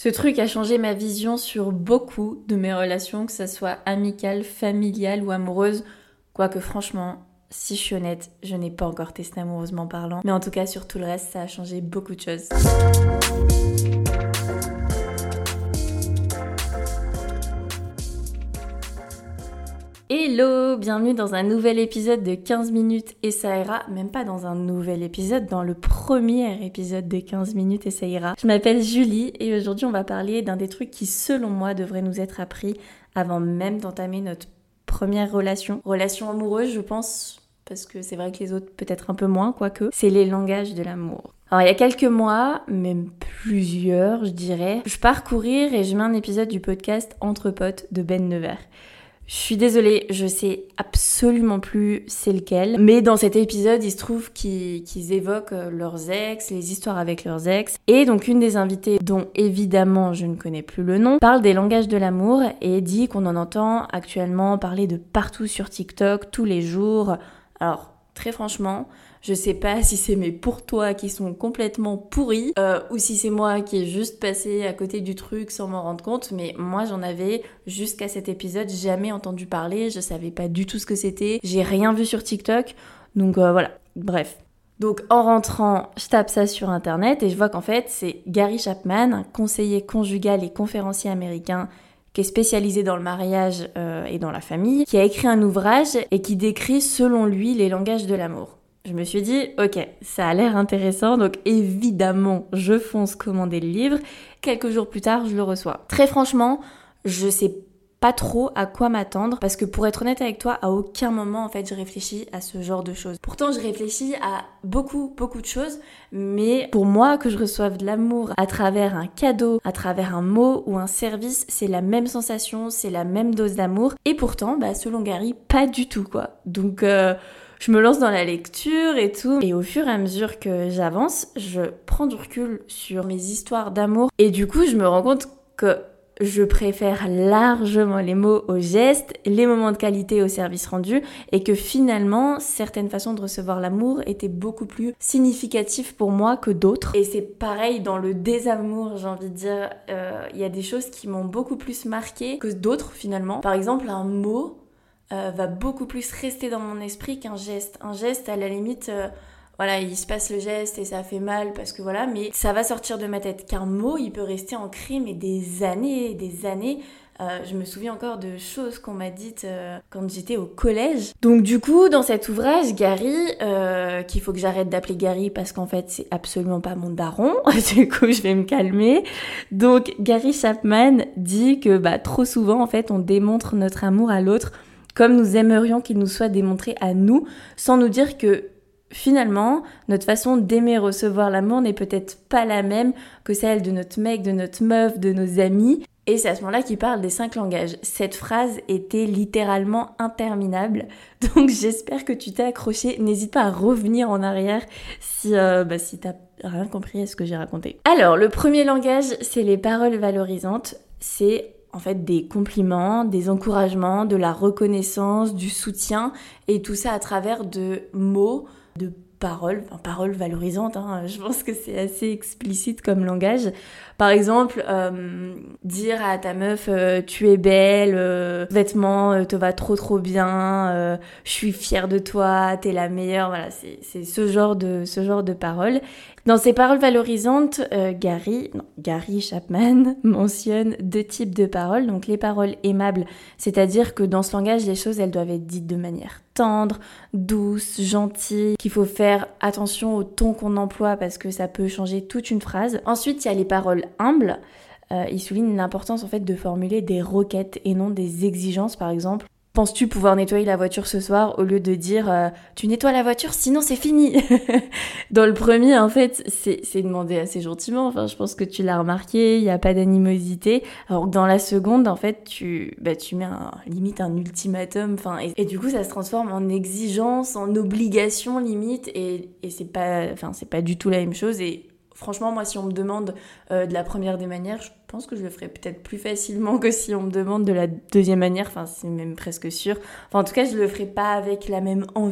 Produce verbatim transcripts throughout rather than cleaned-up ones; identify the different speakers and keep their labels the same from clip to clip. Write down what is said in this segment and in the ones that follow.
Speaker 1: Ce truc a changé ma vision sur beaucoup de mes relations, que ça soit amicales, familiales ou amoureuses. Quoique franchement, si je suis honnête, je n'ai pas encore testé amoureusement parlant. Mais en tout cas, sur tout le reste, ça a changé beaucoup de choses. Hello, bienvenue dans un nouvel épisode de quinze minutes et ça ira, même pas dans un nouvel épisode, dans le premier épisode de quinze minutes et ça ira. Je m'appelle Julie et aujourd'hui on va parler d'un des trucs qui selon moi devrait nous être appris avant même d'entamer notre première relation. Relation amoureuse je pense, parce que c'est vrai que les autres peut-être un peu moins, quoique, c'est les langages de l'amour. Alors il y a quelques mois, même plusieurs je dirais, je pars courir et je mets un épisode du podcast Entre potes de Ben Nevers. Je suis désolée, je sais absolument plus c'est lequel, mais dans cet épisode, il se trouve qu'ils, qu'ils évoquent leurs ex, les histoires avec leurs ex, et donc une des invitées, dont évidemment je ne connais plus le nom, parle des langages de l'amour et dit qu'on en entend actuellement parler de partout sur TikTok, tous les jours. Alors, très franchement, je sais pas si c'est mes pour toi qui sont complètement pourris euh, ou si c'est moi qui ai juste passé à côté du truc sans m'en rendre compte, mais moi j'en avais jusqu'à cet épisode jamais entendu parler, je savais pas du tout ce que c'était, j'ai rien vu sur TikTok, donc euh, voilà, bref. Donc en rentrant, je tape ça sur internet et je vois qu'en fait c'est Gary Chapman, un conseiller conjugal et conférencier américain qui est spécialisé dans le mariage euh, et dans la famille, qui a écrit un ouvrage et qui décrit selon lui les langages de l'amour. Je me suis dit, ok, ça a l'air intéressant, donc évidemment, je fonce commander le livre. Quelques jours plus tard, je le reçois. Très franchement, je sais pas trop à quoi m'attendre, parce que pour être honnête avec toi, à aucun moment, en fait, je réfléchis à ce genre de choses. Pourtant, je réfléchis à beaucoup, beaucoup de choses, mais pour moi, que je reçoive de l'amour à travers un cadeau, à travers un mot ou un service, c'est la même sensation, c'est la même dose d'amour. Et pourtant, bah, selon Gary, pas du tout, quoi. Donc... Euh, Je me lance dans la lecture et tout, et au fur et à mesure que j'avance, je prends du recul sur mes histoires d'amour, et du coup, je me rends compte que je préfère largement les mots aux gestes, les moments de qualité au service rendu, et que finalement, certaines façons de recevoir l'amour étaient beaucoup plus significatives pour moi que d'autres. Et c'est pareil dans le désamour, j'ai envie de dire, il euh, y a des choses qui m'ont beaucoup plus marqué que d'autres finalement. Par exemple, un mot Euh, va beaucoup plus rester dans mon esprit qu'un geste. Un geste, à la limite, euh, voilà, il se passe le geste et ça fait mal parce que voilà, mais ça va sortir de ma tête. Qu'un mot, il peut rester ancré, mais des années et des années. Euh, je me souviens encore de choses qu'on m'a dites euh, quand j'étais au collège. Donc du coup, dans cet ouvrage, Gary, euh, qu'il faut que j'arrête d'appeler Gary parce qu'en fait, c'est absolument pas mon daron. Du coup, je vais me calmer. Donc, Gary Chapman dit que bah, trop souvent, en fait, on démontre notre amour à l'autre comme nous aimerions qu'il nous soit démontré à nous, sans nous dire que finalement, notre façon d'aimer recevoir l'amour n'est peut-être pas la même que celle de notre mec, de notre meuf, de nos amis. Et c'est à ce moment-là qu'il parle des cinq langages. Cette phrase était littéralement interminable, donc j'espère que tu t'es accroché. N'hésite pas à revenir en arrière si, euh, bah, si t'as rien compris à ce que j'ai raconté. Alors, le premier langage, c'est les paroles valorisantes. C'est en fait des compliments, des encouragements, de la reconnaissance, du soutien, et tout ça à travers de mots, de paroles, enfin paroles valorisantes, hein, je pense que c'est assez explicite comme langage. Par exemple, euh, dire à ta meuf euh, tu es belle, euh, vêtements euh, te va trop trop bien, euh, je suis fière de toi, t'es la meilleure, voilà, c'est, c'est ce genre de ce genre de paroles. Dans ces paroles valorisantes, euh, Gary, non, Gary Chapman mentionne deux types de paroles. Donc les paroles aimables, c'est-à-dire que dans ce langage, les choses, elles doivent être dites de manière tendre, douce, gentille, qu'il faut faire attention au ton qu'on emploie parce que ça peut changer toute une phrase. Ensuite, il y a les paroles humbles. Euh, il souligne l'importance en fait de formuler des requêtes et non des exigences, par exemple. Penses-tu pouvoir nettoyer la voiture ce soir au lieu de dire euh, tu nettoies la voiture sinon c'est fini. Dans le premier en fait c'est, c'est demandé assez gentiment, enfin je pense que tu l'as remarqué, il n'y a pas d'animosité, alors que dans la seconde en fait tu, bah, tu mets un, limite un ultimatum, enfin, et, et du coup ça se transforme en exigence, en obligation limite, et, et c'est pas, enfin, c'est pas du tout la même chose. Et franchement, moi, si on me demande euh, de la première des manières, je pense que je le ferai peut-être plus facilement que si on me demande de la deuxième manière. Enfin, c'est même presque sûr. Enfin, en tout cas, je le ferai pas avec la même envie,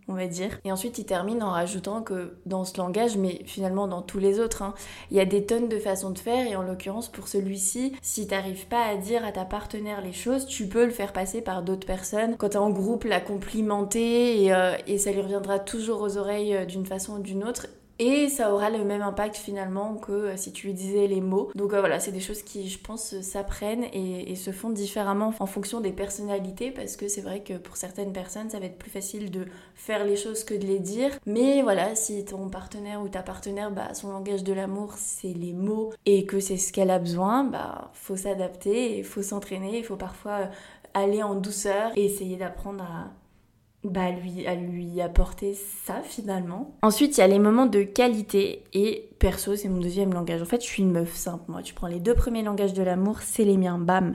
Speaker 1: on va dire. Et ensuite, il termine en rajoutant que dans ce langage, mais finalement dans tous les autres, hein, il y a des tonnes de façons de faire, et en l'occurrence, pour celui-ci, si t'arrives pas à dire à ta partenaire les choses, tu peux le faire passer par d'autres personnes. Quand t'es en groupe, la complimenter, et, euh, et ça lui reviendra toujours aux oreilles euh, d'une façon ou d'une autre. Et ça aura le même impact finalement que euh, si tu lui disais les mots. Donc euh, voilà, c'est des choses qui, je pense, s'apprennent et, et se font différemment en fonction des personnalités, parce que c'est vrai que pour certaines personnes, ça va être plus facile de faire les choses que de les dire. Mais voilà, si ton partenaire ou ta partenaire, bah, son langage de l'amour, c'est les mots et que c'est ce qu'elle a besoin, bah, faut s'adapter, il faut s'entraîner, il faut parfois aller en douceur et essayer d'apprendre à... Bah, lui, à lui apporter ça finalement. Ensuite, il y a les moments de qualité, et perso, c'est mon deuxième langage. En fait, je suis une meuf simple, moi. Tu prends les deux premiers langages de l'amour, c'est les miens, bam.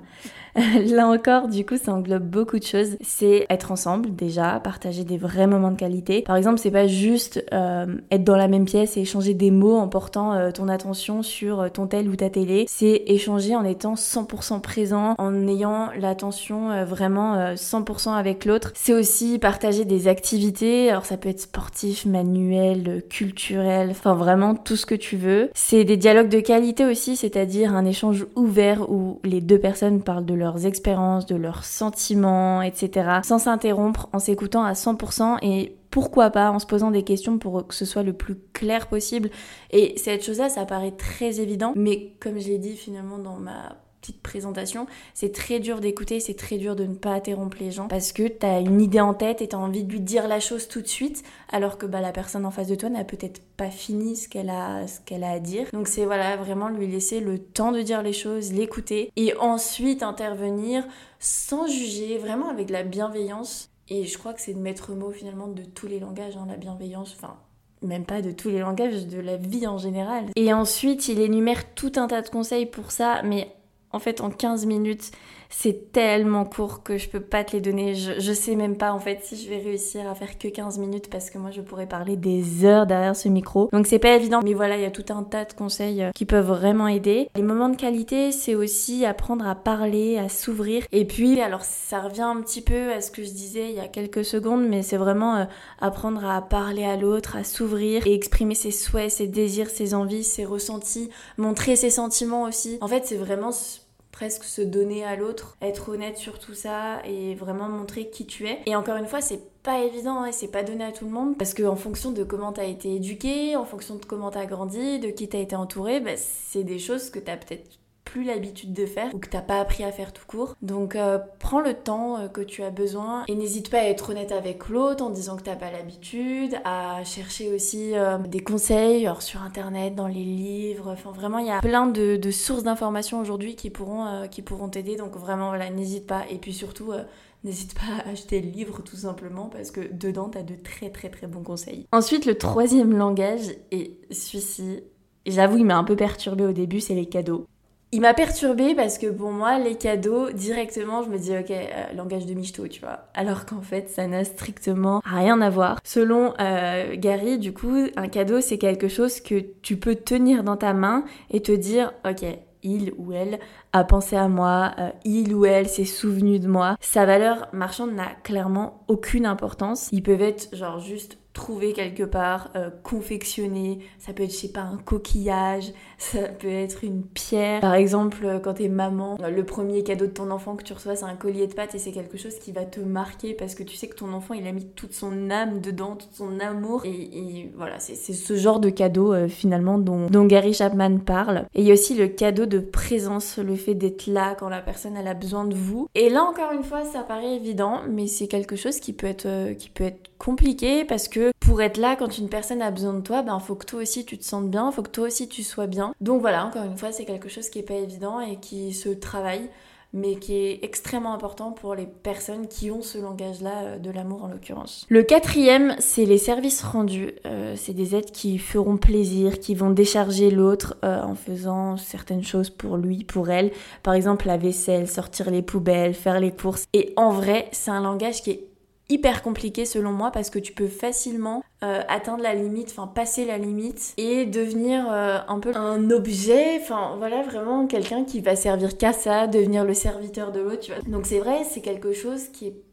Speaker 1: Là encore, du coup, ça englobe beaucoup de choses. C'est être ensemble, déjà, partager des vrais moments de qualité. Par exemple, c'est pas juste euh, être dans la même pièce et échanger des mots en portant euh, ton attention sur ton tel ou ta télé. C'est échanger en étant cent pour cent présent, en ayant l'attention euh, vraiment euh, cent pour cent avec l'autre. C'est aussi partager des activités. Alors, ça peut être sportif, manuel, culturel, enfin vraiment tout ce que tu veux. C'est des dialogues de qualité aussi, c'est-à-dire un échange ouvert où les deux personnes parlent de leurs expériences, de leurs sentiments, et cetera. Sans s'interrompre, en s'écoutant à cent pour cent et pourquoi pas en se posant des questions pour que ce soit le plus clair possible. Et cette chose-là, ça paraît très évident, mais comme je l'ai dit finalement dans ma petite présentation, c'est très dur d'écouter, c'est très dur de ne pas interrompre les gens parce que t'as une idée en tête et t'as envie de lui dire la chose tout de suite, alors que bah, la personne en face de toi n'a peut-être pas fini ce qu'elle a, ce qu'elle a à dire. Donc c'est voilà, vraiment lui laisser le temps de dire les choses, l'écouter et ensuite intervenir sans juger, vraiment avec de la bienveillance. Et je crois que c'est le maître mot finalement de tous les langages, hein, la bienveillance, enfin même pas de tous les langages, de la vie en général. Et ensuite, il énumère tout un tas de conseils pour ça, mais en fait, en quinze minutes, c'est tellement court que je peux pas te les donner. Je, je sais même pas en fait si je vais réussir à faire que quinze minutes parce que moi je pourrais parler des heures derrière ce micro. Donc c'est pas évident, mais voilà, il y a tout un tas de conseils qui peuvent vraiment aider. Les moments de qualité, c'est aussi apprendre à parler, à s'ouvrir. Et puis, alors ça revient un petit peu à ce que je disais il y a quelques secondes, mais c'est vraiment euh, apprendre à parler à l'autre, à s'ouvrir et exprimer ses souhaits, ses désirs, ses envies, ses ressentis, montrer ses sentiments aussi. En fait, c'est vraiment presque se donner à l'autre, être honnête sur tout ça et vraiment montrer qui tu es. Et encore une fois, c'est pas évident hein, et c'est pas donné à tout le monde parce que en fonction de comment t'as été éduqué, en fonction de comment t'as grandi, de qui t'as été entouré, bah, c'est des choses que t'as peut-être plus l'habitude de faire ou que t'as pas appris à faire tout court. Donc euh, prends le temps euh, que tu as besoin et n'hésite pas à être honnête avec l'autre en disant que t'as pas l'habitude, à chercher aussi euh, des conseils alors, sur internet, dans les livres, enfin vraiment il y a plein de, de sources d'informations aujourd'hui qui pourront, euh, qui pourront t'aider, donc vraiment voilà, n'hésite pas et puis surtout euh, n'hésite pas à acheter le livre tout simplement parce que dedans t'as de très très très bons conseils. Ensuite le troisième langage, et celui-ci j'avoue il m'a un peu perturbée au début, c'est les cadeaux. Il m'a perturbée parce que pour moi, les cadeaux, directement, je me dis ok, euh, langage de michto, tu vois. Alors qu'en fait, ça n'a strictement rien à voir. Selon euh, Gary, du coup, un cadeau, c'est quelque chose que tu peux tenir dans ta main et te dire ok, il ou elle a pensé à moi, euh, il ou elle s'est souvenu de moi. Sa valeur marchande n'a clairement aucune importance. Ils peuvent être genre juste trouver quelque part, euh, confectionner, ça peut être je sais pas un coquillage, ça peut être une pierre. Par exemple quand t'es maman, le premier cadeau de ton enfant que tu reçois c'est un collier de pâtes et c'est quelque chose qui va te marquer parce que tu sais que ton enfant il a mis toute son âme dedans, tout son amour et, et voilà c'est, c'est ce genre de cadeau euh, finalement dont, dont Gary Chapman parle. Et il y a aussi le cadeau de présence, le fait d'être là quand la personne elle a besoin de vous. Et là encore une fois ça paraît évident mais c'est quelque chose qui peut être, euh, qui peut être compliqué parce que pour être là quand une personne a besoin de toi, ben faut que toi aussi tu te sentes bien, faut que toi aussi tu sois bien. Donc voilà, encore une fois, c'est quelque chose qui est pas évident et qui se travaille, mais qui est extrêmement important pour les personnes qui ont ce langage-là de l'amour en l'occurrence. Le quatrième, c'est les services rendus. Euh, c'est des aides qui feront plaisir, qui vont décharger l'autre euh, en faisant certaines choses pour lui, pour elle. Par exemple, la vaisselle, sortir les poubelles, faire les courses. Et en vrai, c'est un langage qui est hyper compliqué selon moi parce que tu peux facilement euh, atteindre la limite, enfin passer la limite et devenir euh, un peu un objet, enfin voilà vraiment quelqu'un qui va servir qu'à ça, devenir le serviteur de l'autre, tu vois. Donc c'est vrai, c'est quelque chose qui est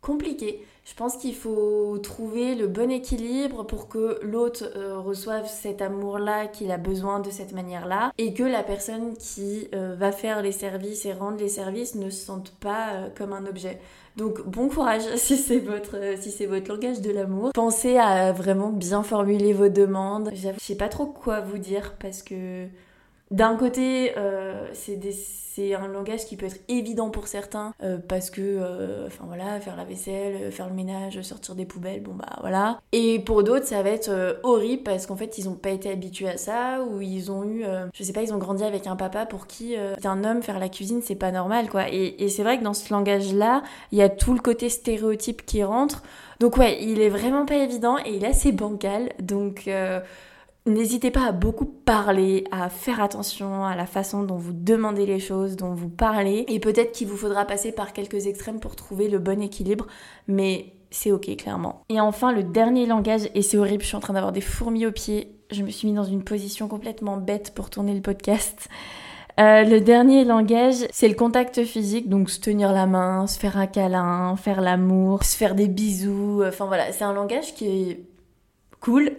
Speaker 1: compliqué. Je pense qu'il faut trouver le bon équilibre pour que l'autre euh, reçoive cet amour-là qu'il a besoin de cette manière-là et que la personne qui euh, va faire les services et rendre les services ne se sente pas euh, comme un objet. Donc bon courage si c'est votre, euh, si c'est votre langage de l'amour. Pensez à vraiment bien formuler vos demandes. J'avoue, je sais pas trop quoi vous dire parce que d'un côté, euh, c'est, des, c'est un langage qui peut être évident pour certains euh, parce que, euh, enfin voilà, faire la vaisselle, faire le ménage, sortir des poubelles, bon bah voilà. Et pour d'autres, ça va être euh, horrible parce qu'en fait, ils ont pas été habitués à ça ou ils ont eu, euh, je sais pas, ils ont grandi avec un papa pour qui euh, un homme faire la cuisine, c'est pas normal quoi. Et, et c'est vrai que dans ce langage-là, il y a tout le côté stéréotype qui rentre. Donc ouais, il est vraiment pas évident et il est assez bancal. Donc... Euh, N'hésitez pas à beaucoup parler, à faire attention à la façon dont vous demandez les choses, dont vous parlez. Et peut-être qu'il vous faudra passer par quelques extrêmes pour trouver le bon équilibre, mais c'est ok clairement. Et enfin, le dernier langage, et c'est horrible, je suis en train d'avoir des fourmis aux pieds. Je me suis mis dans une position complètement bête pour tourner le podcast. Euh, le dernier langage, c'est le contact physique, donc se tenir la main, se faire un câlin, faire l'amour, se faire des bisous. Enfin voilà, c'est un langage qui est cool.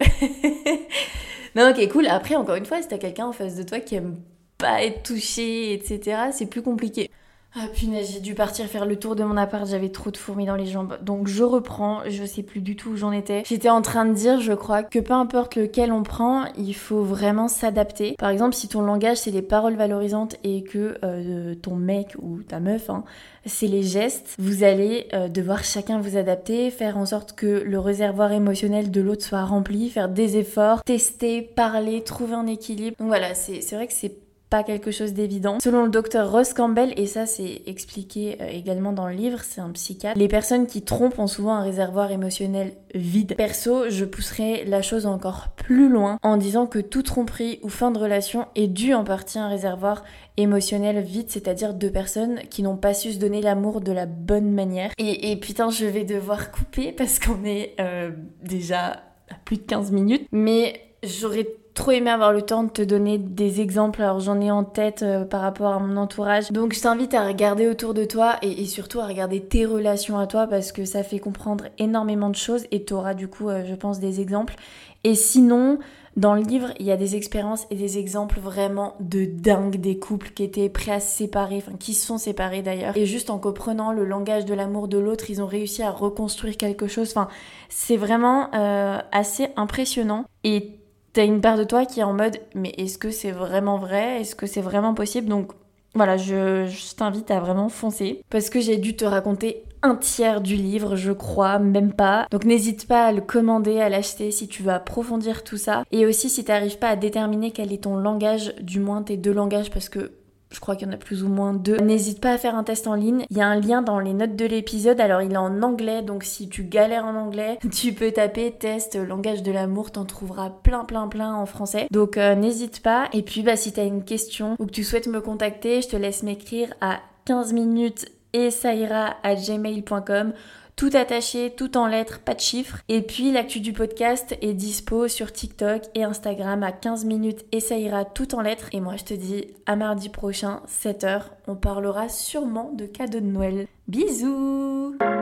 Speaker 1: Non, ok, cool. Après, encore une fois, si t'as quelqu'un en face de toi qui aime pas être touché, et cetera, c'est plus compliqué. Ah punaise, j'ai dû partir faire le tour de mon appart, j'avais trop de fourmis dans les jambes. Donc je reprends, je sais plus du tout où j'en étais. J'étais en train de dire, je crois, que peu importe lequel on prend, il faut vraiment s'adapter. Par exemple, si ton langage c'est les paroles valorisantes et que euh, ton mec ou ta meuf, hein, c'est les gestes, vous allez euh, devoir chacun vous adapter, faire en sorte que le réservoir émotionnel de l'autre soit rempli, faire des efforts, tester, parler, trouver un équilibre. Donc voilà, c'est, c'est vrai que c'est pas quelque chose d'évident. Selon le docteur Ross Campbell, et ça c'est expliqué euh, également dans le livre, c'est un psychiatre, les personnes qui trompent ont souvent un réservoir émotionnel vide. Perso, je pousserais la chose encore plus loin en disant que toute tromperie ou fin de relation est due en partie à un réservoir émotionnel vide, c'est-à-dire deux personnes qui n'ont pas su se donner l'amour de la bonne manière. Et, et putain, je vais devoir couper parce qu'on est euh, déjà à plus de quinze minutes, mais j'aurais trop aimé avoir le temps de te donner des exemples, alors j'en ai en tête euh, par rapport à mon entourage. Donc je t'invite à regarder autour de toi et, et surtout à regarder tes relations à toi parce que ça fait comprendre énormément de choses et tu auras du coup, euh, je pense, des exemples. Et sinon, dans le livre, il y a des expériences et des exemples vraiment de dingue, des couples qui étaient prêts à se séparer, enfin qui se sont séparés d'ailleurs. Et juste en comprenant le langage de l'amour de l'autre, ils ont réussi à reconstruire quelque chose. Enfin, c'est vraiment euh, assez impressionnant. Et t'as une part de toi qui est en mode « mais est-ce que c'est vraiment vrai ? Est-ce que c'est vraiment possible ?» Donc voilà, je, je t'invite à vraiment foncer parce que j'ai dû te raconter un tiers du livre, je crois, même pas. Donc n'hésite pas à le commander, à l'acheter si tu veux approfondir tout ça. Et aussi si t'arrives pas à déterminer quel est ton langage, du moins tes deux langages, parce que je crois qu'il y en a plus ou moins deux. N'hésite pas à faire un test en ligne. Il y a un lien dans les notes de l'épisode. Alors, il est en anglais. Donc, si tu galères en anglais, tu peux taper test langage de l'amour. T'en trouveras plein, plein, plein en français. Donc, euh, n'hésite pas. Et puis, bah, si t'as une question ou que tu souhaites me contacter, je te laisse m'écrire à quinze minutes et ça ira arobase gmail point com. Tout attaché, tout en lettres, pas de chiffres. Et puis l'actu du podcast est dispo sur TikTok et Instagram à quinze minutes et ça ira tout en lettres. Et moi je te dis à mardi prochain, sept heures, on parlera sûrement de cadeaux de Noël. Bisous!